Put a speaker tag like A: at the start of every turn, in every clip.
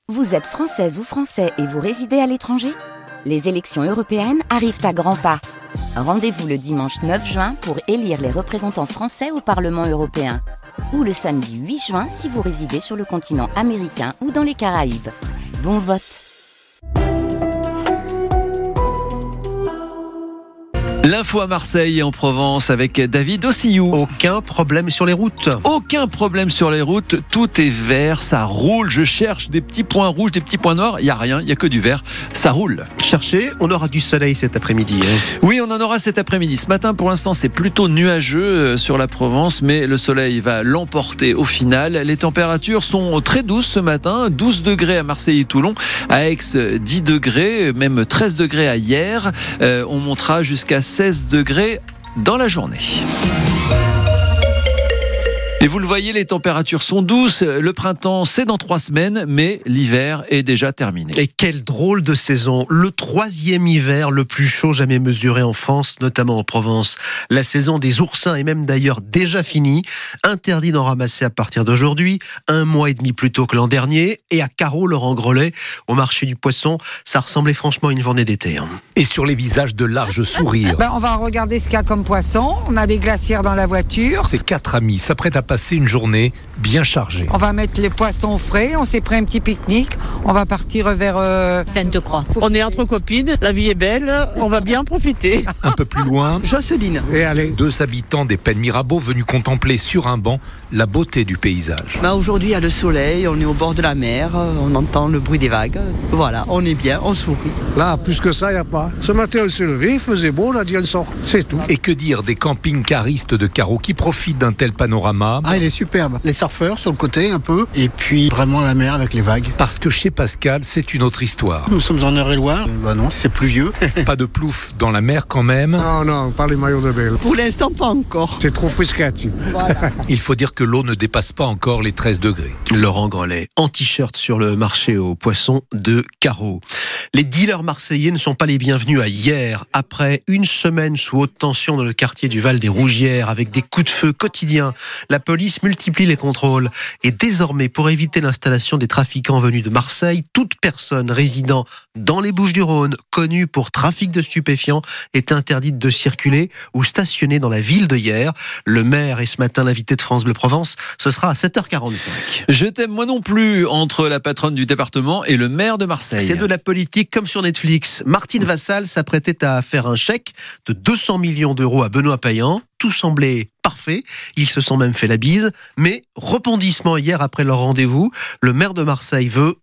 A: Vous êtes française ou français et vous résidez à l'étranger ? Les élections européennes arrivent à grands pas. Rendez-vous le dimanche 9 juin pour élire les représentants français au Parlement européen. Ou le samedi 8 juin si vous résidez sur le continent américain ou dans les Caraïbes. Bon vote!
B: L'info à Marseille et en Provence avec David Ossillou.
C: Aucun problème sur les routes.
B: Aucun problème sur les routes, tout est vert, ça roule. Je cherche des petits points rouges, des petits points noirs, il n'y a rien, il n'y a que du vert, ça roule.
C: Cherchez, on aura du soleil cet après-midi.
B: Oui, on en aura cet après-midi. Ce matin, pour l'instant, c'est plutôt nuageux sur la Provence, mais le soleil va l'emporter au final. Les températures sont très douces ce matin, 12 degrés à Marseille et Toulon, à Aix 10 degrés, même 13 degrés à hier. On montera jusqu'à 16 degrés dans la journée. Et vous le voyez, les températures sont douces. Le printemps, c'est dans 3 semaines, mais l'hiver est déjà terminé.
C: Et quelle drôle de saison. Le 3e hiver le plus chaud jamais mesuré en France, notamment en Provence. La saison des oursins est même d'ailleurs déjà finie. Interdit d'en ramasser à partir d'aujourd'hui, 1 mois et demi plus tôt que l'an dernier. Et à Carreau, Laurent Grelet, au marché du poisson, ça ressemblait franchement à une journée d'été.
D: Et sur les visages de larges sourires.
E: On va regarder ce qu'il y a comme poisson. On a les glacières dans la voiture.
D: Ces 4 amis s'apprêtent à passer une journée bien chargée.
E: On va mettre les poissons frais, on s'est pris un petit pique-nique, on va partir vers
F: Sainte-Croix.
G: On est entre copines, la vie est belle, on va bien profiter.
D: Un peu plus loin,
G: Jocelyne.
D: et allez, 2 habitants des Pennes Mirabeau venus contempler sur un banc la beauté du paysage.
G: Aujourd'hui, il y a le soleil, on est au bord de la mer, on entend le bruit des vagues. Voilà, on est bien, on sourit.
H: Là, plus que ça, il n'y a pas. Ce matin, on s'est levé, il faisait beau, on a dit on sort, c'est tout.
D: Et que dire des camping-caristes de Carreau qui profitent d'un tel panorama?
I: Ah, il est superbe. Les surfeurs sur le côté un peu, et puis vraiment la mer avec les vagues.
D: Parce que chez Pascal, c'est une autre histoire.
I: Nous sommes en Eure-et-Loire. Non, c'est pluvieux.
D: Pas de plouf dans la mer quand même.
H: Non, pas les maillots de bain.
G: Pour l'instant, pas encore.
H: C'est trop frisquetti.
G: Voilà.
D: Il faut dire que l'eau ne dépasse pas encore les 13 degrés.
C: Laurent Grelet, en t-shirt sur le marché aux poissons de Carreau. Les dealers marseillais ne sont pas les bienvenus à hier. Après une semaine sous haute tension dans le quartier du Val des Rougières, avec des coups de feu quotidiens, la police multiplie les contrôles. Et désormais, pour éviter l'installation des trafiquants venus de Marseille, toute personne résidant dans les Bouches-du-Rhône, connue pour trafic de stupéfiants, est interdite de circuler ou stationner dans la ville de hier. Le maire est ce matin l'invité de France Bleu Provence. Ce sera à 7h45.
B: Je t'aime moi non plus, entre la patronne du département et le maire de Marseille.
C: C'est de la politique comme sur Netflix. Martine Vassal s'apprêtait à faire un chèque de 200 millions d'euros à Benoît Payan. Tout semblait parfait, ils se sont même fait la bise, mais rebondissement hier après leur rendez-vous, le maire de Marseille veut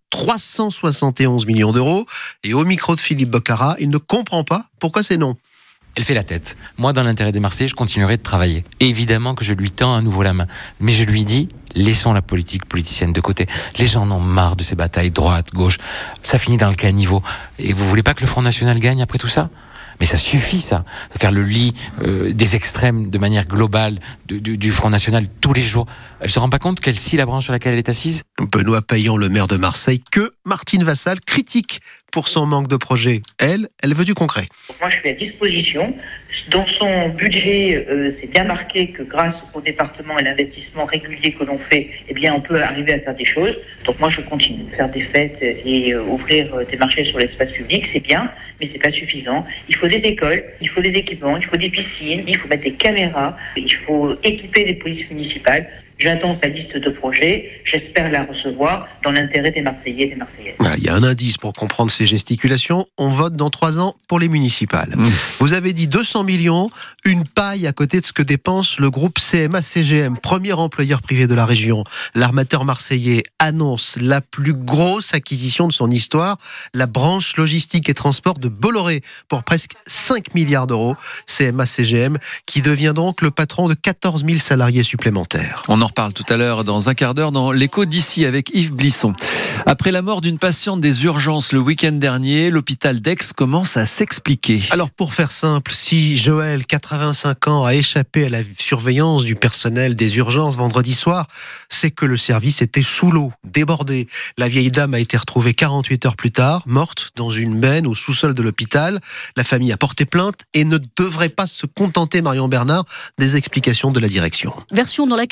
C: 371 millions d'euros, et au micro de Philippe Boccara, il ne comprend pas pourquoi c'est non.
J: Elle fait la tête. Moi, dans l'intérêt des Marseillais, je continuerai de travailler. Et évidemment que je lui tends à nouveau la main. Mais je lui dis, laissons la politique politicienne de côté. Les gens en ont marre de ces batailles droite, gauche. Ça finit dans le caniveau. Et vous voulez pas que le Front National gagne après tout ça ? Mais ça suffit, ça. Faire le lit des extrêmes de manière globale du Front National tous les jours. Elle se rend pas compte qu'elle scie la branche sur laquelle elle est assise ?
C: Benoît Payan, le maire de Marseille, que Martine Vassal critique pour son manque de projet. Elle veut du concret.
K: Moi, je suis à disposition. Dans son budget, c'est bien marqué que grâce au département et l'investissement régulier que l'on fait, eh bien, on peut arriver à faire des choses. Donc moi, je continue de faire des fêtes et ouvrir des marchés sur l'espace public, c'est bien, mais c'est pas suffisant. Il faut des écoles, il faut des équipements, il faut des piscines, il faut mettre des caméras, il faut équiper les polices municipales. J'attends sa liste de projets, j'espère la recevoir dans l'intérêt des Marseillais et des Marseillaises.
C: Voilà, il y a un indice pour comprendre ces gesticulations. On vote dans 3 ans pour les municipales. Vous avez dit 200 millions, une paille à côté de ce que dépense le groupe CMA-CGM, premier employeur privé de la région. L'armateur marseillais annonce la plus grosse acquisition de son histoire, la branche logistique et transport de Bolloré, pour presque 5 milliards d'euros. CMA-CGM qui devient donc le patron de 14 000 salariés supplémentaires.
B: On en reparle tout à l'heure dans un quart d'heure dans l'écho d'ici avec Yves Blisson. Après la mort d'une patiente des urgences le week-end dernier, l'hôpital d'Aix commence à s'expliquer.
C: Alors pour faire simple, si Joël, 85 ans, a échappé à la surveillance du personnel des urgences vendredi soir, c'est que le service était sous l'eau, débordé. La vieille dame a été retrouvée 48 heures plus tard, morte dans une benne au sous-sol de l'hôpital. La famille a porté plainte et ne devrait pas se contenter, Marion Bernard, des explications de la direction.
F: Version dans laquelle la direction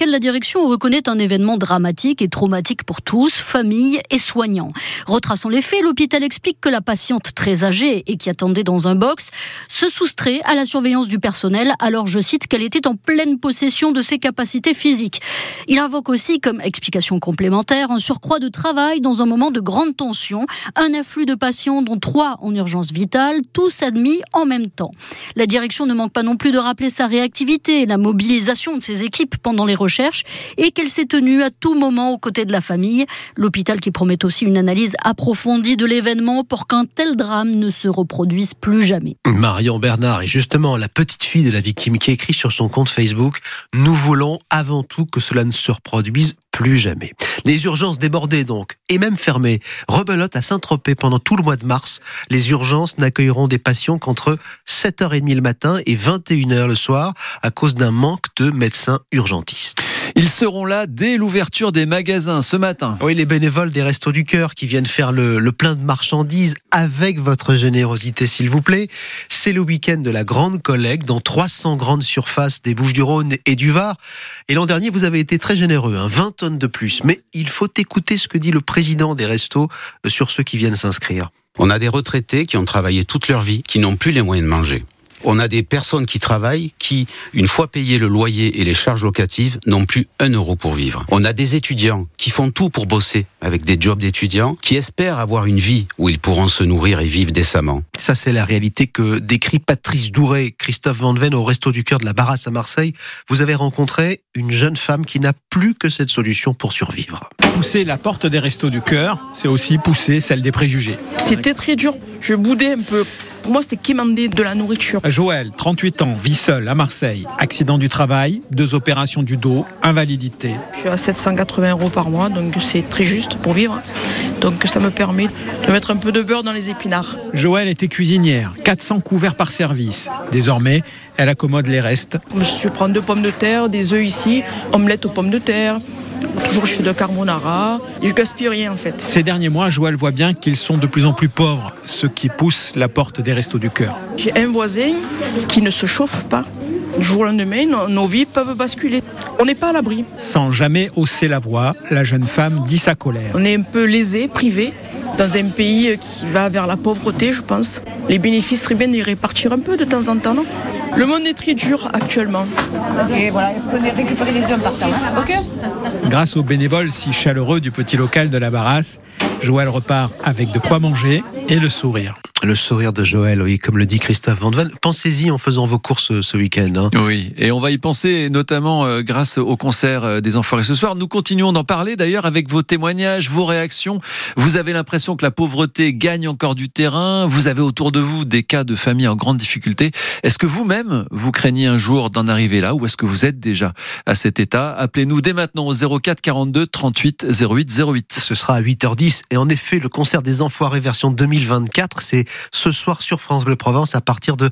F: direction reconnaît un événement dramatique et traumatique pour tous, familles et soignants. Retraçant les faits, l'hôpital explique que la patiente très âgée et qui attendait dans un box se soustrait à la surveillance du personnel, alors je cite qu'elle était en pleine possession de ses capacités physiques. Il invoque aussi comme explication complémentaire un surcroît de travail dans un moment de grande tension, un afflux de patients dont 3 en urgence vitale, tous admis en même temps. La direction ne manque pas non plus de rappeler sa réactivité, la mobilisation de ses équipes pendant les recherches et qu'elle s'est tenue à tout moment aux côtés de la famille. L'hôpital qui promet aussi une analyse approfondie de l'événement pour qu'un tel drame ne se reproduise plus jamais.
C: Marion Bernard est justement la petite fille de la victime qui écrit sur son compte Facebook « Nous voulons avant tout que cela ne se reproduise plus jamais ». Les urgences débordées donc, et même fermées. Rebelote à Saint-Tropez pendant tout le mois de mars. Les urgences n'accueilleront des patients qu'entre 7h30 le matin et 21h le soir à cause d'un manque de médecins urgentistes.
B: Ils seront là dès l'ouverture des magasins ce matin.
C: Oui, les bénévoles des Restos du Cœur qui viennent faire le plein de marchandises avec votre générosité, s'il vous plaît. C'est le week-end de la grande collecte dans 300 grandes surfaces des Bouches-du-Rhône et du Var. Et l'an dernier, vous avez été très généreux, 20 tonnes de plus. Mais il faut écouter ce que dit le président des Restos sur ceux qui viennent s'inscrire.
L: On a des retraités qui ont travaillé toute leur vie, qui n'ont plus les moyens de manger. On a des personnes qui travaillent, qui, une fois payé le loyer et les charges locatives, n'ont plus 1 euro pour vivre. On a des étudiants qui font tout pour bosser avec des jobs d'étudiants, qui espèrent avoir une vie où ils pourront se nourrir et vivre décemment.
C: Ça, c'est la réalité que décrit Patrice Douret, Christophe Van Ven au Resto du Cœur de la Barrasse à Marseille. Vous avez rencontré une jeune femme qui n'a plus que cette solution pour survivre.
M: Pousser la porte des Restos du Cœur, c'est aussi pousser celle des préjugés.
N: C'était très dur, je boudais un peu. Pour moi, c'était quémander de la nourriture.
M: Joël, 38 ans, vit seul à Marseille. Accident du travail, 2 opérations du dos, invalidité.
N: Je suis à 780 € par mois, donc c'est très juste pour vivre. Donc ça me permet de mettre un peu de beurre dans les épinards.
M: Joël était cuisinière, 400 couverts par service. Désormais, elle accommode les restes.
N: Je prends 2 pommes de terre, des œufs ici, omelette aux pommes de terre. Toujours je fais de carbonara et je gaspille rien en fait.
M: Ces derniers mois, Joël voit bien qu'ils sont de plus en plus pauvres, ceux qui poussent la porte des Restos du Cœur.
N: J'ai un voisin qui ne se chauffe pas. Du jour au lendemain, nos vies peuvent basculer. On n'est pas à l'abri.
M: Sans jamais hausser la voix, la jeune femme dit sa colère.
N: On est un peu lésé, privé, dans un pays qui va vers la pauvreté, je pense. Les bénéfices seraient bien d'y répartir un peu de temps en temps, non ? Le monde est très dur actuellement.
O: Et voilà, il faut récupérer les œufs par temps. Ok ?
M: Grâce aux bénévoles si chaleureux du petit local de la Barrasse, Joël repart avec de quoi manger et le sourire.
C: Le sourire de Joël, oui, comme le dit Christophe Van Ven. Pensez-y en faisant vos courses ce week-end.
B: Oui, et on va y penser notamment grâce au concert des Enfoirés ce soir. Nous continuons d'en parler d'ailleurs avec vos témoignages, vos réactions. Vous avez l'impression que la pauvreté gagne encore du terrain. Vous avez autour de vous des cas de familles en grande difficulté. Est-ce que vous-même, vous craignez un jour d'en arriver là ou est-ce que vous êtes déjà à cet état ? Appelez-nous dès maintenant au 04 42 38 08 08.
C: Ce sera à 8h10. Et en effet, le concert des Enfoirés version 2024, c'est ce soir sur France Bleu Provence à partir de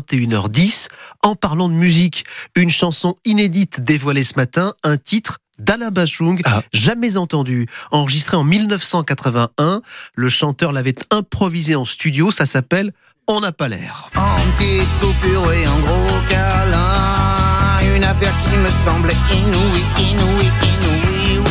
C: 21h10. En parlant de musique, une chanson inédite dévoilée ce matin, un titre d'Alain Bachung, jamais entendu, enregistré en 1981. Le chanteur l'avait improvisé en studio, ça s'appelle « On n'a pas l'air ».
P: En petite coupure et en gros câlin, une affaire qui me semblait inouïe, inouïe, inouïe.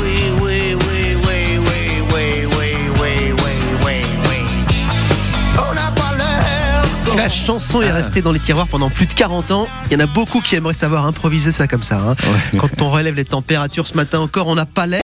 C: La chanson est restée dans les tiroirs pendant plus de 40 ans. Il y en a beaucoup qui aimeraient savoir improviser ça comme ça. Quand on relève les températures ce matin encore, on n'a pas l'air.